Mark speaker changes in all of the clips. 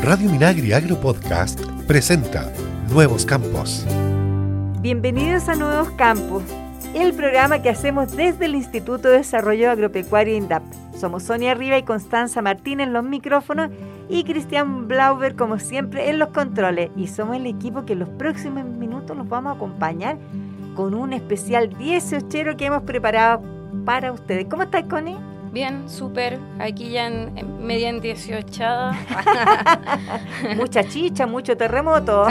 Speaker 1: Radio Minagri Agro Podcast presenta Nuevos Campos.
Speaker 2: Bienvenidos a Nuevos Campos, el programa que hacemos desde el Instituto de Desarrollo Agropecuario INDAP. Somos Sonia Riva y Constanza Martín en los micrófonos y Cristian Blauber, como siempre, en los controles. Y somos el equipo que en los próximos minutos los vamos a acompañar con un especial 18ero que hemos preparado para ustedes. ¿Cómo estás, Connie?
Speaker 3: Bien, súper. Aquí ya en media en 18.
Speaker 2: Mucha chicha, mucho terremoto.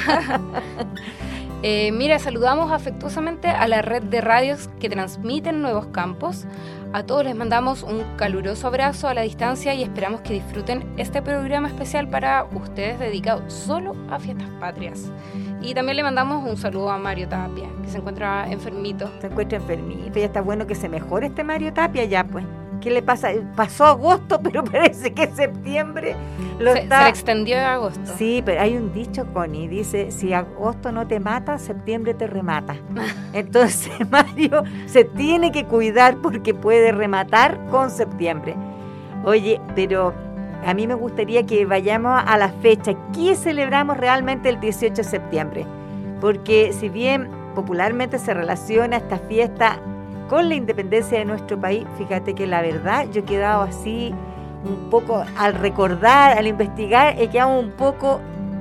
Speaker 3: Mira, saludamos afectuosamente a la red de radios que transmiten Nuevos Campos. A todos les mandamos un caluroso abrazo a la distancia y esperamos que disfruten este programa especial para ustedes dedicado solo a fiestas patrias. Y también le mandamos un saludo a Mario Tapia, que se encuentra enfermito.
Speaker 2: Se encuentra enfermito, ya está bueno que se mejore este Mario Tapia ya, pues. ¿Qué le pasa? Pasó agosto, pero parece que septiembre
Speaker 3: se le extendió a agosto.
Speaker 2: Sí, pero hay un dicho, Connie, dice, si agosto no te mata, septiembre te remata. Entonces Mario se tiene que cuidar porque puede rematar con septiembre. Oye, pero a mí me gustaría que vayamos a la fecha. ¿Qué celebramos realmente el 18 de septiembre? Porque si bien popularmente se relaciona esta fiesta con la independencia de nuestro país, fíjate que la verdad yo he quedado así un poco, al recordar, al investigar, he quedado un poco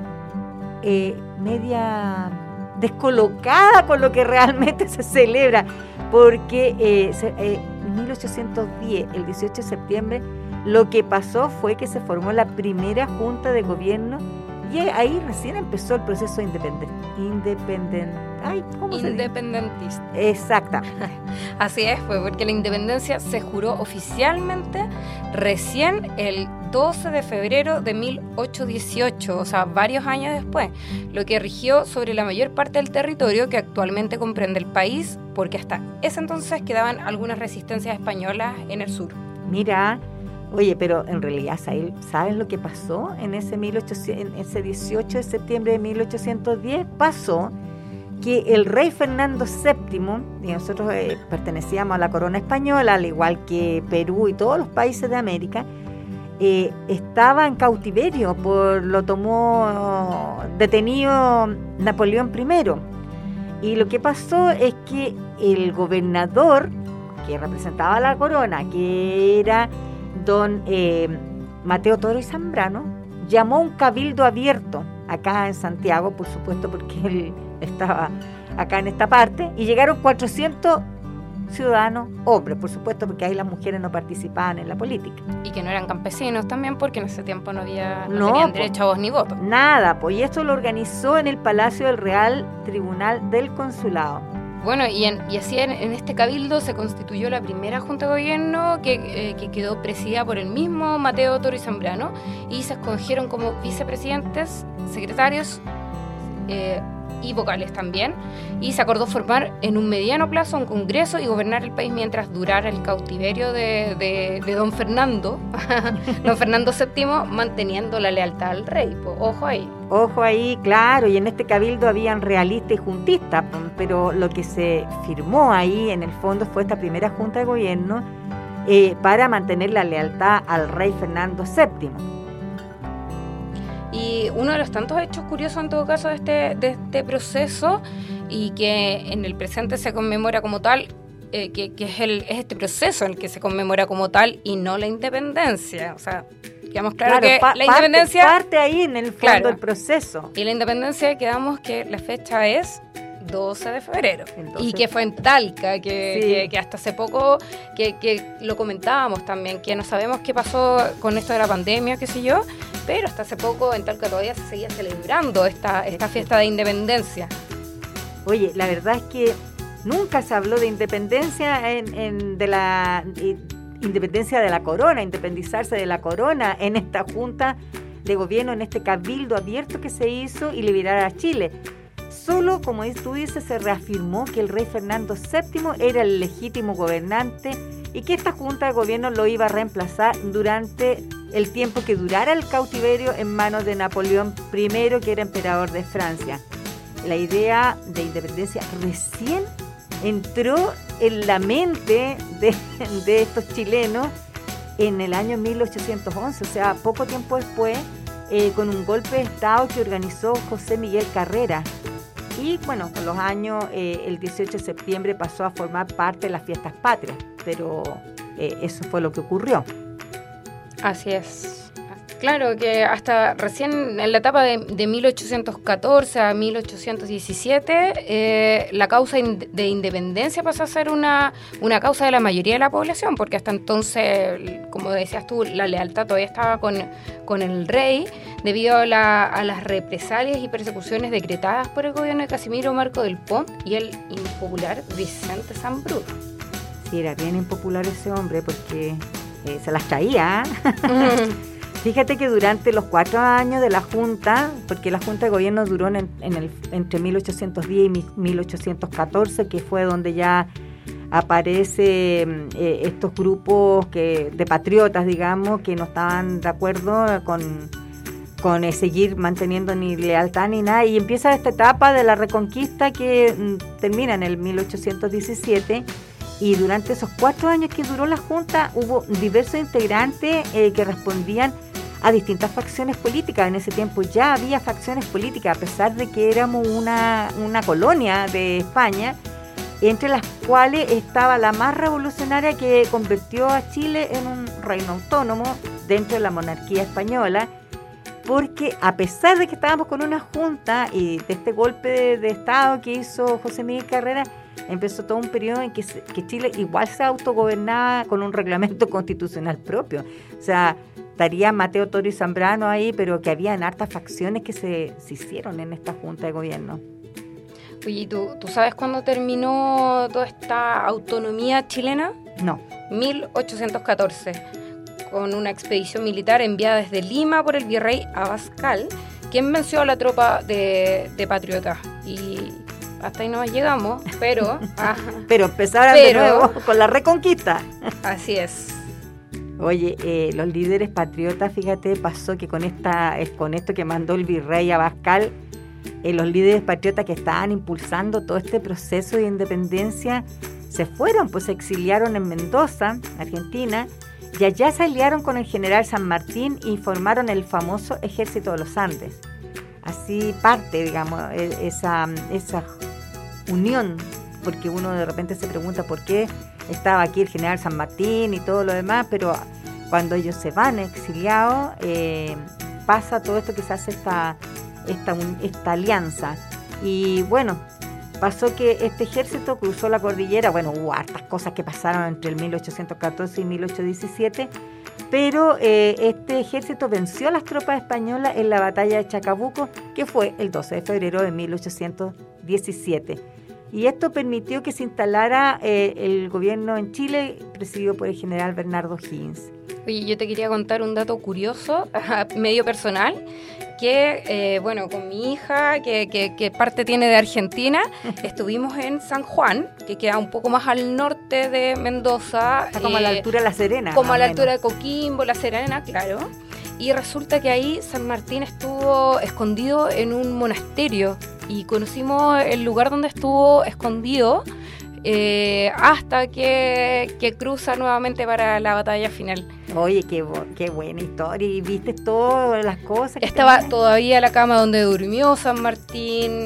Speaker 2: media descolocada con lo que realmente se celebra, porque en 1810, el 18 de septiembre, lo que pasó fue que se formó la primera junta de gobierno y ahí recién empezó el proceso
Speaker 3: independentista.
Speaker 2: Exactamente.
Speaker 3: Así es, fue porque la independencia se juró oficialmente recién el 12 de febrero de 1818, o sea, varios años después, lo que rigió sobre la mayor parte del territorio que actualmente comprende el país, porque hasta ese entonces quedaban algunas resistencias españolas en el sur.
Speaker 2: Mira. Oye, pero en realidad, ¿sabes lo que pasó en ese 18 de septiembre de 1810? Pasó que el rey Fernando VII, y nosotros pertenecíamos a la corona española, al igual que Perú y todos los países de América, estaba en cautiverio, lo tomó detenido Napoleón I. Y lo que pasó es que el gobernador que representaba a la corona, que era don Mateo Toro y Zambrano, llamó un cabildo abierto acá en Santiago, por supuesto, porque él estaba acá en esta parte, y llegaron 400 ciudadanos, hombres, por supuesto, porque ahí las mujeres no participaban en la política.
Speaker 3: Y que no eran campesinos también, porque en ese tiempo no tenían derecho a voz ni voto.
Speaker 2: Nada, pues, y esto lo organizó en el Palacio del Real Tribunal del Consulado.
Speaker 3: Bueno, y así en este cabildo se constituyó la primera junta de gobierno que quedó presidida por el mismo Mateo Toro y Zambrano, y se escogieron como vicepresidentes, secretarios y vocales también, y se acordó formar en un mediano plazo un congreso y gobernar el país mientras durara el cautiverio de don Fernando, don Fernando VII, manteniendo la lealtad al rey. Pues, ojo ahí.
Speaker 2: Ojo ahí, claro, y en este cabildo habían realistas y juntistas, pero lo que se firmó ahí en el fondo fue esta primera junta de gobierno para mantener la lealtad al rey Fernando VII.
Speaker 3: Y uno de los tantos hechos curiosos en todo caso de este proceso, y que en el presente se conmemora como tal, que es este proceso en el que se conmemora como tal y no la independencia. O sea, quedamos claro que la independencia
Speaker 2: parte ahí en el fondo del proceso.
Speaker 3: Y la independencia, quedamos que la fecha es 12 de febrero.
Speaker 2: Entonces,
Speaker 3: y que fue en Talca, que hasta hace poco, que lo comentábamos también, que no sabemos qué pasó con esto de la pandemia, qué sé yo, pero hasta hace poco en Talca todavía se seguía celebrando esta fiesta de independencia.
Speaker 2: Oye, la verdad es que nunca se habló de independencia de la independencia de la corona, independizarse de la corona en esta junta de gobierno, en este cabildo abierto que se hizo y liberar a Chile. Solo, como tú dices, se reafirmó que el rey Fernando VII era el legítimo gobernante y que esta junta de gobierno lo iba a reemplazar durante el tiempo que durara el cautiverio en manos de Napoleón I, que era emperador de Francia. La idea de independencia recién entró en la mente de estos chilenos en el año 1811, o sea, poco tiempo después, con un golpe de Estado que organizó José Miguel Carrera. Y bueno, con los años, el 18 de septiembre pasó a formar parte de las fiestas patrias, pero eso fue lo que ocurrió.
Speaker 3: Así es. Claro que hasta recién en la etapa de 1814 a 1817, la causa de independencia pasó a ser una causa de la mayoría de la población, porque hasta entonces, como decías tú, la lealtad todavía estaba con el rey, debido a las represalias y persecuciones decretadas por el gobierno de Casimiro Marco del Pont y el impopular Vicente Sambruno.
Speaker 2: Sí, era bien impopular ese hombre porque se las traía. Fíjate que durante los 4 años de la Junta, porque la Junta de Gobierno duró entre 1810 y 1814, que fue donde ya aparece estos grupos de patriotas, digamos, que no estaban de acuerdo con seguir manteniendo ni lealtad ni nada, y empieza esta etapa de la Reconquista que termina en el 1817. Y durante esos 4 años que duró la Junta hubo diversos integrantes que respondían a distintas facciones políticas. En ese tiempo ya había facciones políticas, a pesar de que éramos una colonia de España, entre las cuales estaba la más revolucionaria, que convirtió a Chile en un reino autónomo dentro de la monarquía española, porque a pesar de que estábamos con una junta y de este golpe de Estado que hizo José Miguel Carrera, empezó todo un periodo en que Chile igual se autogobernaba con un reglamento constitucional propio. O sea, estaría Mateo Toro y Zambrano ahí, pero que habían hartas facciones que se hicieron en esta junta de gobierno.
Speaker 3: Oye, ¿tú sabes cuándo terminó toda esta autonomía chilena?
Speaker 2: No.
Speaker 3: 1814, con una expedición militar enviada desde Lima por el virrey Abascal, quien venció a la tropa de patriotas. Y hasta ahí no llegamos, pero...
Speaker 2: pero empezaron de nuevo con la Reconquista.
Speaker 3: Así es.
Speaker 2: Oye, los líderes patriotas, fíjate, pasó que con esto que mandó el virrey Abascal, los líderes patriotas que estaban impulsando todo este proceso de independencia se fueron, pues se exiliaron en Mendoza, Argentina, y allá se aliaron con el general San Martín y formaron el famoso Ejército de los Andes. Así parte, digamos, esa unión, porque uno de repente se pregunta por qué estaba aquí el general San Martín y todo lo demás, pero cuando ellos se van exiliados, pasa todo esto que se hace esta alianza. Y bueno, pasó que este ejército cruzó la cordillera. Bueno, hubo hartas cosas que pasaron entre el 1814 y 1817, pero este ejército venció a las tropas españolas en la batalla de Chacabuco, que fue el 12 de febrero de 1817. Y esto permitió que se instalara el gobierno en Chile, presidido por el general Bernardo Higgins.
Speaker 3: Oye, yo te quería contar un dato curioso, medio personal, que, con mi hija, que parte tiene de Argentina, estuvimos en San Juan, que queda un poco más al norte de Mendoza.
Speaker 2: Está como a la altura de La Serena.
Speaker 3: Como a la altura de Coquimbo, La Serena, claro. Y resulta que ahí San Martín estuvo escondido en un monasterio y conocimos el lugar donde estuvo escondido hasta que cruza nuevamente para la batalla final.
Speaker 2: Oye, qué buena historia. ¿Y viste todas las cosas?
Speaker 3: Estaba todavía la cama donde durmió San Martín,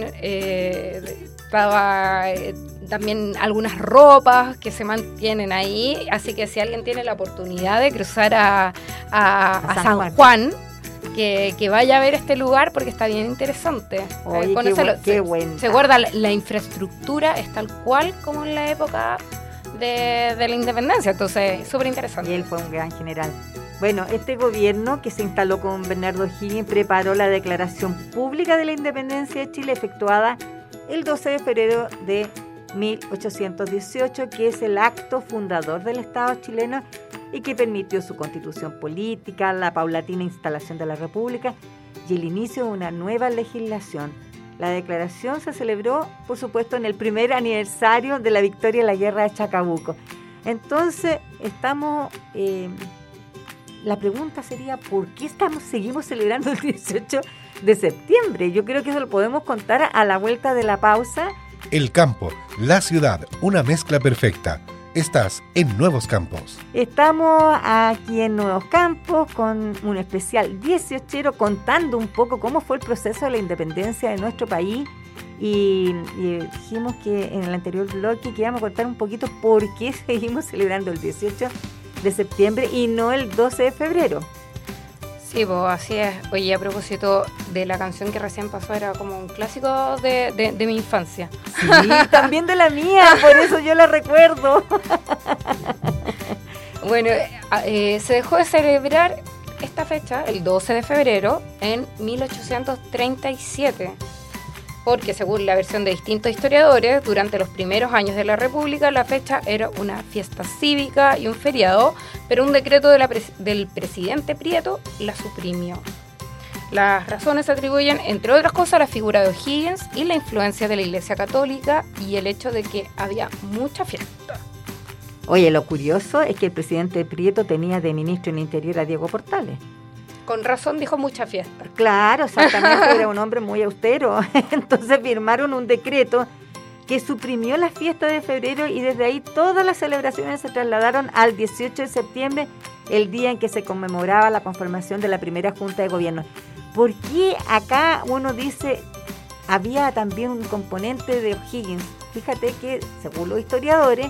Speaker 3: estaba también algunas ropas que se mantienen ahí, así que si alguien tiene la oportunidad de cruzar a San Juan, que vaya a ver este lugar porque está bien interesante.
Speaker 2: Oye, qué bueno.
Speaker 3: Se guarda la infraestructura, es tal cual como en la época de la independencia, entonces súper interesante.
Speaker 2: Y él fue un gran general. Bueno, este gobierno que se instaló con Bernardo Higgins preparó la declaración pública de la independencia de Chile, efectuada el 12 de febrero de 1818, que es el acto fundador del Estado chileno y que permitió su constitución política, la paulatina instalación de la República y el inicio de una nueva legislación. La declaración se celebró, por supuesto, en el primer aniversario de la victoria en la guerra de Chacabuco. Entonces, la pregunta sería, ¿por qué seguimos celebrando el 18 de septiembre? Yo creo que eso lo podemos contar a la vuelta de la pausa.
Speaker 1: El campo, la ciudad, una mezcla perfecta. Estás en Nuevos Campos.
Speaker 2: Estamos aquí en Nuevos Campos con un especial 18ero contando un poco cómo fue el proceso de la independencia de nuestro país y dijimos que en el anterior bloque que íbamos a contar un poquito por qué seguimos celebrando el 18 de septiembre y no el 12 de febrero.
Speaker 3: Sí, pues así es. Oye, a propósito de la canción que recién pasó, era como un clásico de mi infancia.
Speaker 2: Sí, también de la mía, por eso yo la recuerdo.
Speaker 3: Bueno, se dejó de celebrar esta fecha, el 12 de febrero, en 1837, porque según la versión de distintos historiadores, durante los primeros años de la República, la fecha era una fiesta cívica y un feriado, pero un decreto del presidente Prieto la suprimió. Las razones se atribuyen, entre otras cosas, a la figura de O'Higgins y la influencia de la Iglesia Católica y el hecho de que había mucha fiesta.
Speaker 2: Oye, lo curioso es que el presidente Prieto tenía de ministro en Interior a Diego Portales.
Speaker 3: Con razón dijo mucha fiesta.
Speaker 2: Claro, exactamente, era un hombre muy austero. Entonces firmaron un decreto que suprimió la fiesta de febrero y desde ahí todas las celebraciones se trasladaron al 18 de septiembre, el día en que se conmemoraba la conformación de la primera Junta de Gobierno. ¿Por qué acá uno dice había también un componente de O'Higgins? Fíjate que, según los historiadores,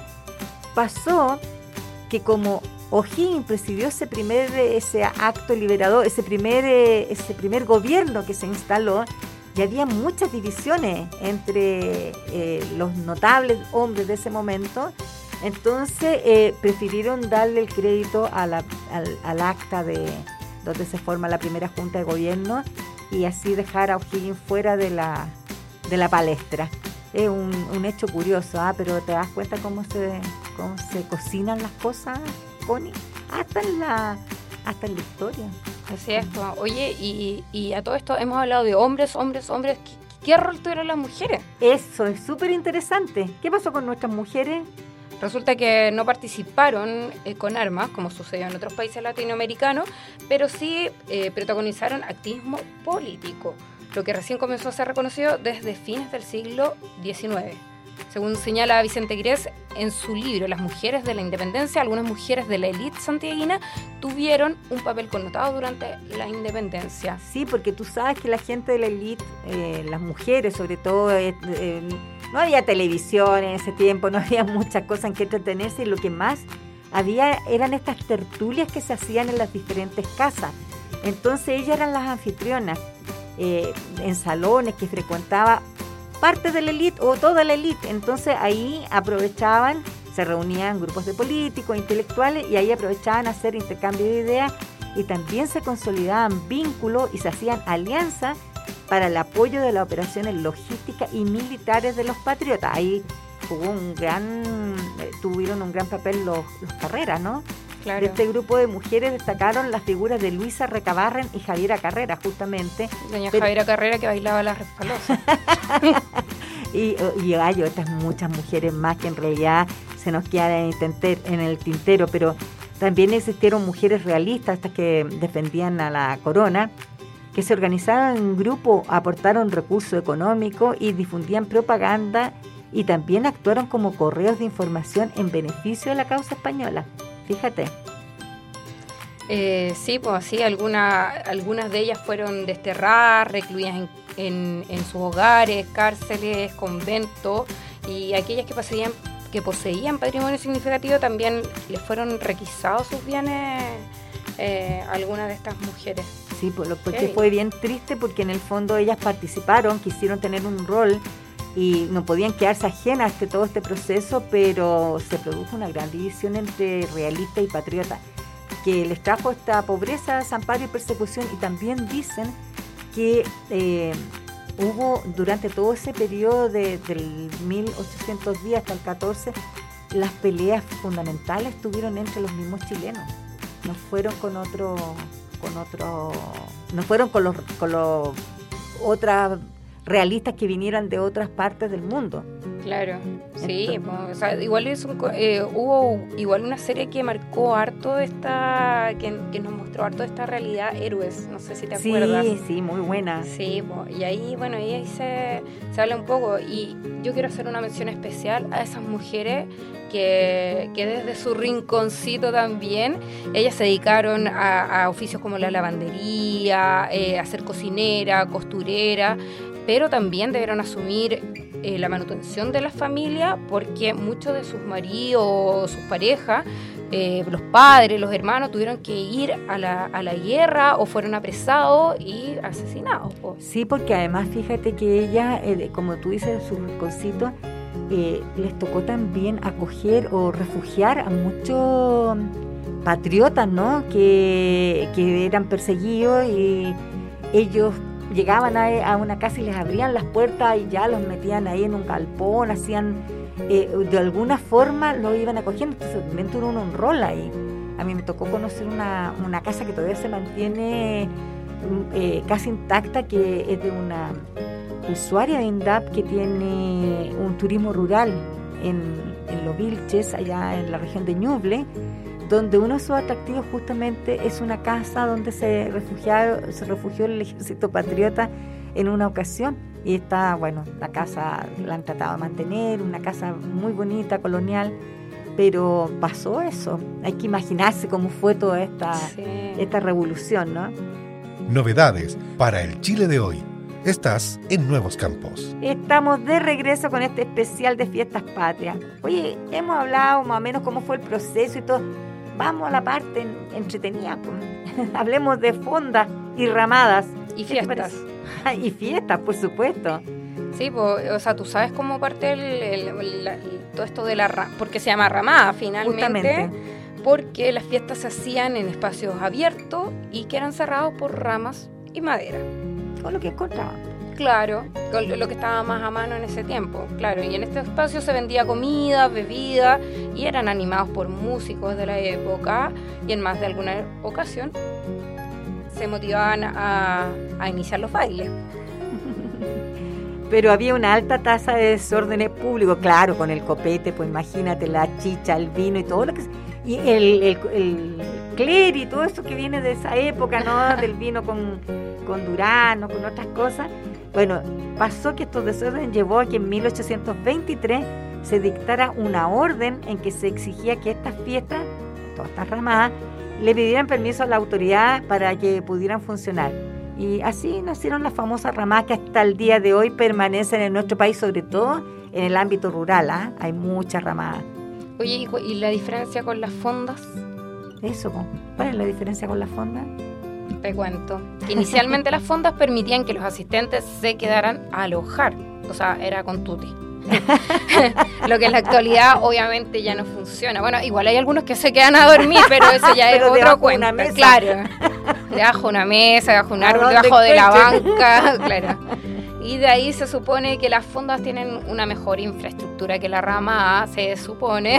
Speaker 2: pasó que como O'Higgins presidió ese acto liberador, ese primer gobierno que se instaló, y había muchas divisiones entre los notables hombres de ese momento. Entonces prefirieron darle el crédito al acta de donde se forma la primera Junta de Gobierno y así dejar a O'Higgins fuera de la palestra. Es un hecho curioso, pero te das cuenta cómo se cocinan las cosas, Connie, hasta en la historia.
Speaker 3: Así es. Oye, y a todo esto hemos hablado de hombres. ¿Qué rol tuvieron las mujeres?
Speaker 2: Eso es súper interesante. ¿Qué pasó con nuestras mujeres?
Speaker 3: Resulta que no participaron con armas, como sucedió en otros países latinoamericanos, pero sí protagonizaron activismo político, lo que recién comenzó a ser reconocido desde fines del siglo XIX. Según señala Vicente Grés en su libro Las mujeres de la independencia, algunas mujeres de la élite santiaguina tuvieron un papel connotado durante la independencia.
Speaker 2: Sí, porque tú sabes que la gente de la élite, las mujeres sobre todo, no había televisión en ese tiempo, no había muchas cosas en que entretenerse y lo que más había eran estas tertulias que se hacían en las diferentes casas. Entonces ellas eran las anfitrionas en salones que frecuentaba parte de la élite o toda la élite. Entonces ahí aprovechaban, se reunían grupos de políticos, intelectuales y ahí aprovechaban a hacer intercambio de ideas y también se consolidaban vínculos y se hacían alianzas para el apoyo de las operaciones logísticas y militares de los patriotas. Ahí tuvieron un gran papel los Carreras, ¿no?
Speaker 3: Claro.
Speaker 2: De este grupo de mujeres destacaron las figuras de Luisa Recabarren y Javiera Carrera, justamente.
Speaker 3: Javiera Carrera que bailaba la respalosa.
Speaker 2: y hay otras muchas mujeres más que en realidad se nos quedan en el tintero, pero también existieron mujeres realistas, estas que defendían a la corona, que se organizaron en grupo, aportaron recursos económicos y difundían propaganda y también actuaron como correos de información en beneficio de la causa española. Fíjate.
Speaker 3: Sí, pues así, algunas de ellas fueron desterradas, recluidas en sus hogares, cárceles, conventos, y aquellas que poseían patrimonio significativo también les fueron requisados sus bienes a algunas de estas mujeres.
Speaker 2: Sí, porque fue bien triste porque en el fondo ellas participaron, quisieron tener un rol y no podían quedarse ajenas a todo este proceso, pero se produjo una gran división entre realistas y patriotas, que les trajo esta pobreza, desamparo y persecución, y también dicen que hubo durante todo ese periodo del 1810 hasta el 14, las peleas fundamentales estuvieron entre los mismos chilenos, no fueron con los otras realistas que vinieran de otras partes del mundo.
Speaker 3: Claro, sí, pues, o sea, igual hubo igual una serie que marcó harto que nos mostró harto de esta realidad, Héroes, no sé si te acuerdas.
Speaker 2: Sí, muy buena.
Speaker 3: Sí, pues, y ahí, bueno, ahí se habla un poco, y yo quiero hacer una mención especial a esas mujeres que desde su rinconcito también, ellas se dedicaron a oficios como la lavandería, a ser cocinera, costurera, pero también debieron asumir la manutención de la familia, porque muchos de sus maridos, sus parejas, los padres, los hermanos tuvieron que ir a la guerra o fueron apresados y asesinados.
Speaker 2: Sí, porque además fíjate que ella, como tú dices, su rinconcito, les tocó también acoger o refugiar a muchos patriotas, ¿no? Que eran perseguidos, y ellos llegaban a una casa y les abrían las puertas y ya los metían ahí en un galpón, hacían, de alguna forma lo iban acogiendo. Entonces también tuvo un rol ahí. A mí me tocó conocer una casa que todavía se mantiene casi intacta, que es de una usuaria de INDAP que tiene un turismo rural en Los Vilches, allá en la región de Ñuble, donde uno de sus atractivos justamente es una casa donde se refugió el ejército patriota en una ocasión. Y está, bueno, la casa la han tratado de mantener, una casa muy bonita, colonial, pero pasó eso. Hay que imaginarse cómo fue toda esta revolución, ¿no?
Speaker 1: Novedades para el Chile de hoy. Estás en Nuevos Campos.
Speaker 2: Estamos de regreso con este especial de Fiestas Patrias. Oye, hemos hablado más o menos cómo fue el proceso y todo. Vamos a la parte entretenida, pues. Hablemos de fondas y ramadas.
Speaker 3: Y fiestas.
Speaker 2: Y fiestas, por supuesto.
Speaker 3: Sí, pues, o sea, tú sabes cómo parte todo esto de porque se llama ramada finalmente.
Speaker 2: Justamente.
Speaker 3: Porque las fiestas se hacían en espacios abiertos y que eran cerrados por ramas y madera.
Speaker 2: Con lo que encontraban.
Speaker 3: Claro, con lo que estaba más a mano en ese tiempo, claro. Y en este espacio se vendía comida, bebida, y eran animados por músicos de la época, y en más de alguna ocasión se motivaban a iniciar los bailes.
Speaker 2: Pero había una alta tasa de desórdenes públicos, claro, con el copete, pues imagínate, la chicha, el vino y todo lo que... Y el cleri y todo eso que viene de esa época, ¿no? Del vino con Durano, con otras cosas. Bueno, pasó que estos desórdenes llevó a que en 1823 se dictara una orden en que se exigía que estas fiestas, todas estas ramadas, le pidieran permiso a la autoridad para que pudieran funcionar. Y así nacieron las famosas ramadas que hasta el día de hoy permanecen en nuestro país, sobre todo en el ámbito rural, ¿eh? Hay muchas ramadas.
Speaker 3: Oye, ¿y la diferencia con las fondas?
Speaker 2: Eso, ¿cuál es la diferencia con las fondas?
Speaker 3: Te cuento. Inicialmente las fondas permitían que los asistentes se quedaran a alojar, o sea, era con tutti. Lo que en la actualidad obviamente ya no funciona. Bueno, igual hay algunos que se quedan a dormir, pero eso ya es otro cuento. Claro. Debajo de una mesa, debajo de un árbol, debajo de la banca, claro. Y de ahí se supone que las fondas tienen una mejor infraestructura que la ramada, se supone,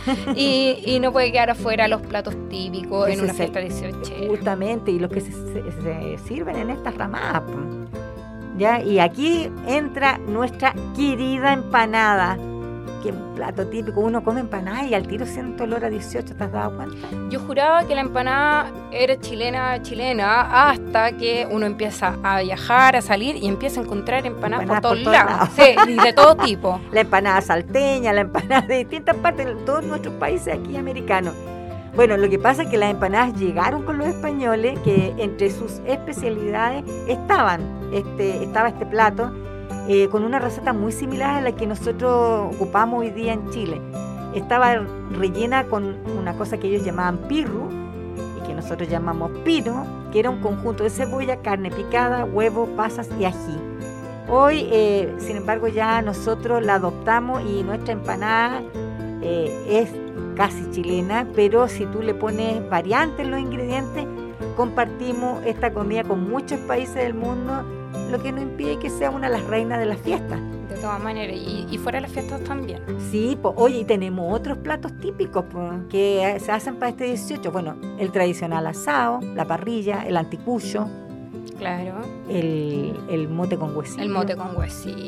Speaker 3: y no puede quedar afuera los platos típicos en una fiesta 18.
Speaker 2: Justamente, y los que se sirven en estas ramadas. ¿Ya? Y aquí entra nuestra querida empanada, que es un plato típico. Uno come empanada y al tiro siente olor a 18, ¿te has dado cuenta?
Speaker 3: Yo juraba que la empanada era chilena, hasta que uno empieza a viajar, a salir y empieza a encontrar empanadas por todos lados. Sí, y de todo tipo.
Speaker 2: La empanada salteña, la empanada de distintas partes de todos nuestros países aquí americanos. Bueno, lo que pasa es que las empanadas llegaron con los españoles, que entre sus especialidades estaba este plato, con una receta muy similar a la que nosotros ocupamos hoy día en Chile. Estaba rellena con una cosa que ellos llamaban pirru y que nosotros llamamos pino, que era un conjunto de cebolla, carne picada, huevo, pasas y ají. Hoy, sin embargo, ya nosotros la adoptamos y nuestra empanada es casi chilena, pero si tú le pones variantes en los ingredientes, compartimos esta comida con muchos países del mundo, lo que no impide que sea una de las reinas de las fiestas.
Speaker 3: De todas maneras, y fuera de las fiestas también.
Speaker 2: Sí, pues, oye, y tenemos otros platos típicos que se hacen para este 18. Bueno, el tradicional asado, la parrilla, el anticucho.
Speaker 3: Claro.
Speaker 2: El mote con huesillo.
Speaker 3: El mote con huesillo.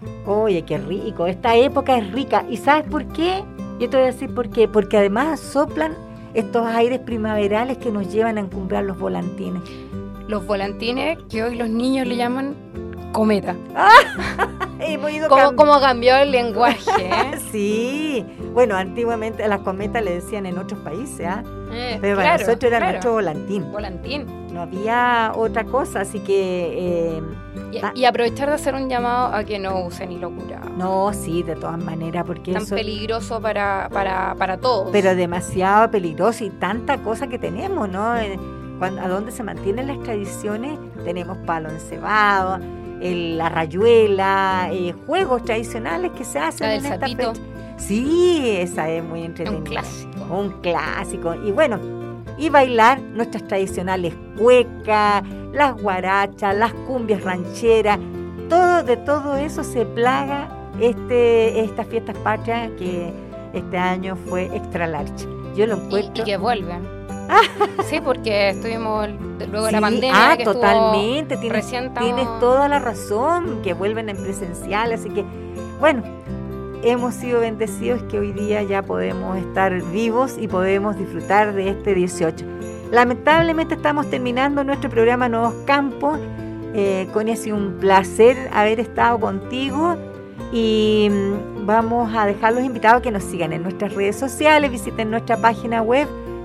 Speaker 2: Oye, qué rico. Esta época es rica. ¿Y sabes por qué? Yo te voy a decir por qué. Porque además soplan estos aires primaverales que nos llevan a encumbrar los volantines.
Speaker 3: Los volantines, que hoy los niños le llaman cometa.
Speaker 2: Hemos ido
Speaker 3: ¿Cómo cambió el lenguaje?
Speaker 2: Sí. Bueno, antiguamente a las cometas le decían en otros países, ¿ah? Pero para
Speaker 3: Claro,
Speaker 2: nosotros era
Speaker 3: claro.
Speaker 2: nuestro volantín.
Speaker 3: Volantín.
Speaker 2: No había otra cosa, así que...
Speaker 3: Y aprovechar de hacer un llamado a que no usen locura.
Speaker 2: No, sí, de todas maneras, porque
Speaker 3: Tan
Speaker 2: eso...
Speaker 3: peligroso para todos.
Speaker 2: Pero demasiado peligroso y tanta cosa que tenemos, ¿no? A donde se mantienen las tradiciones, tenemos palo encebado, la rayuela, juegos tradicionales que se hacen
Speaker 3: La
Speaker 2: en
Speaker 3: del
Speaker 2: esta
Speaker 3: sapito.
Speaker 2: fecha. Sí, esa es muy entretenida.
Speaker 3: Un clásico.
Speaker 2: Un clásico. Y bueno, y bailar nuestras tradicionales cuecas, las guarachas, las cumbias rancheras, de todo eso se plaga estas fiestas patrias que este año fue extra large. Yo lo encuentro...
Speaker 3: Y que vuelven. Sí, porque estuvimos luego de la
Speaker 2: Sí,
Speaker 3: pandemia. Que
Speaker 2: totalmente,
Speaker 3: tienes
Speaker 2: tienes toda la razón, que vuelven en presencial, así que, bueno, hemos sido bendecidos que hoy día ya podemos estar vivos y podemos disfrutar de este 18. Lamentablemente estamos terminando nuestro programa Nuevos Campos. Connie, ha sido un placer haber estado contigo y vamos a dejar los invitados a que nos sigan en nuestras redes sociales, visiten nuestra página web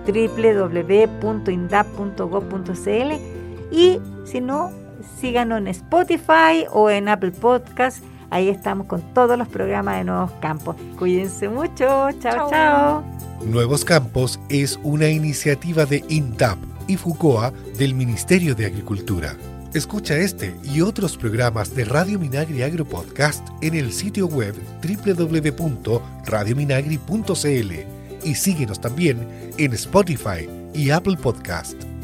Speaker 2: www.indap.gov.cl y si no, síganos en Spotify o en Apple Podcast. Ahí estamos con todos los programas de Nuevos Campos. Cuídense mucho. Chao, chao.
Speaker 1: Nuevos Campos es una iniciativa de INDAP y FUCOA del Ministerio de Agricultura. Escucha este y otros programas de Radio Minagri Agro Podcast en el sitio web www.radiominagri.cl y síguenos también en Spotify y Apple Podcast.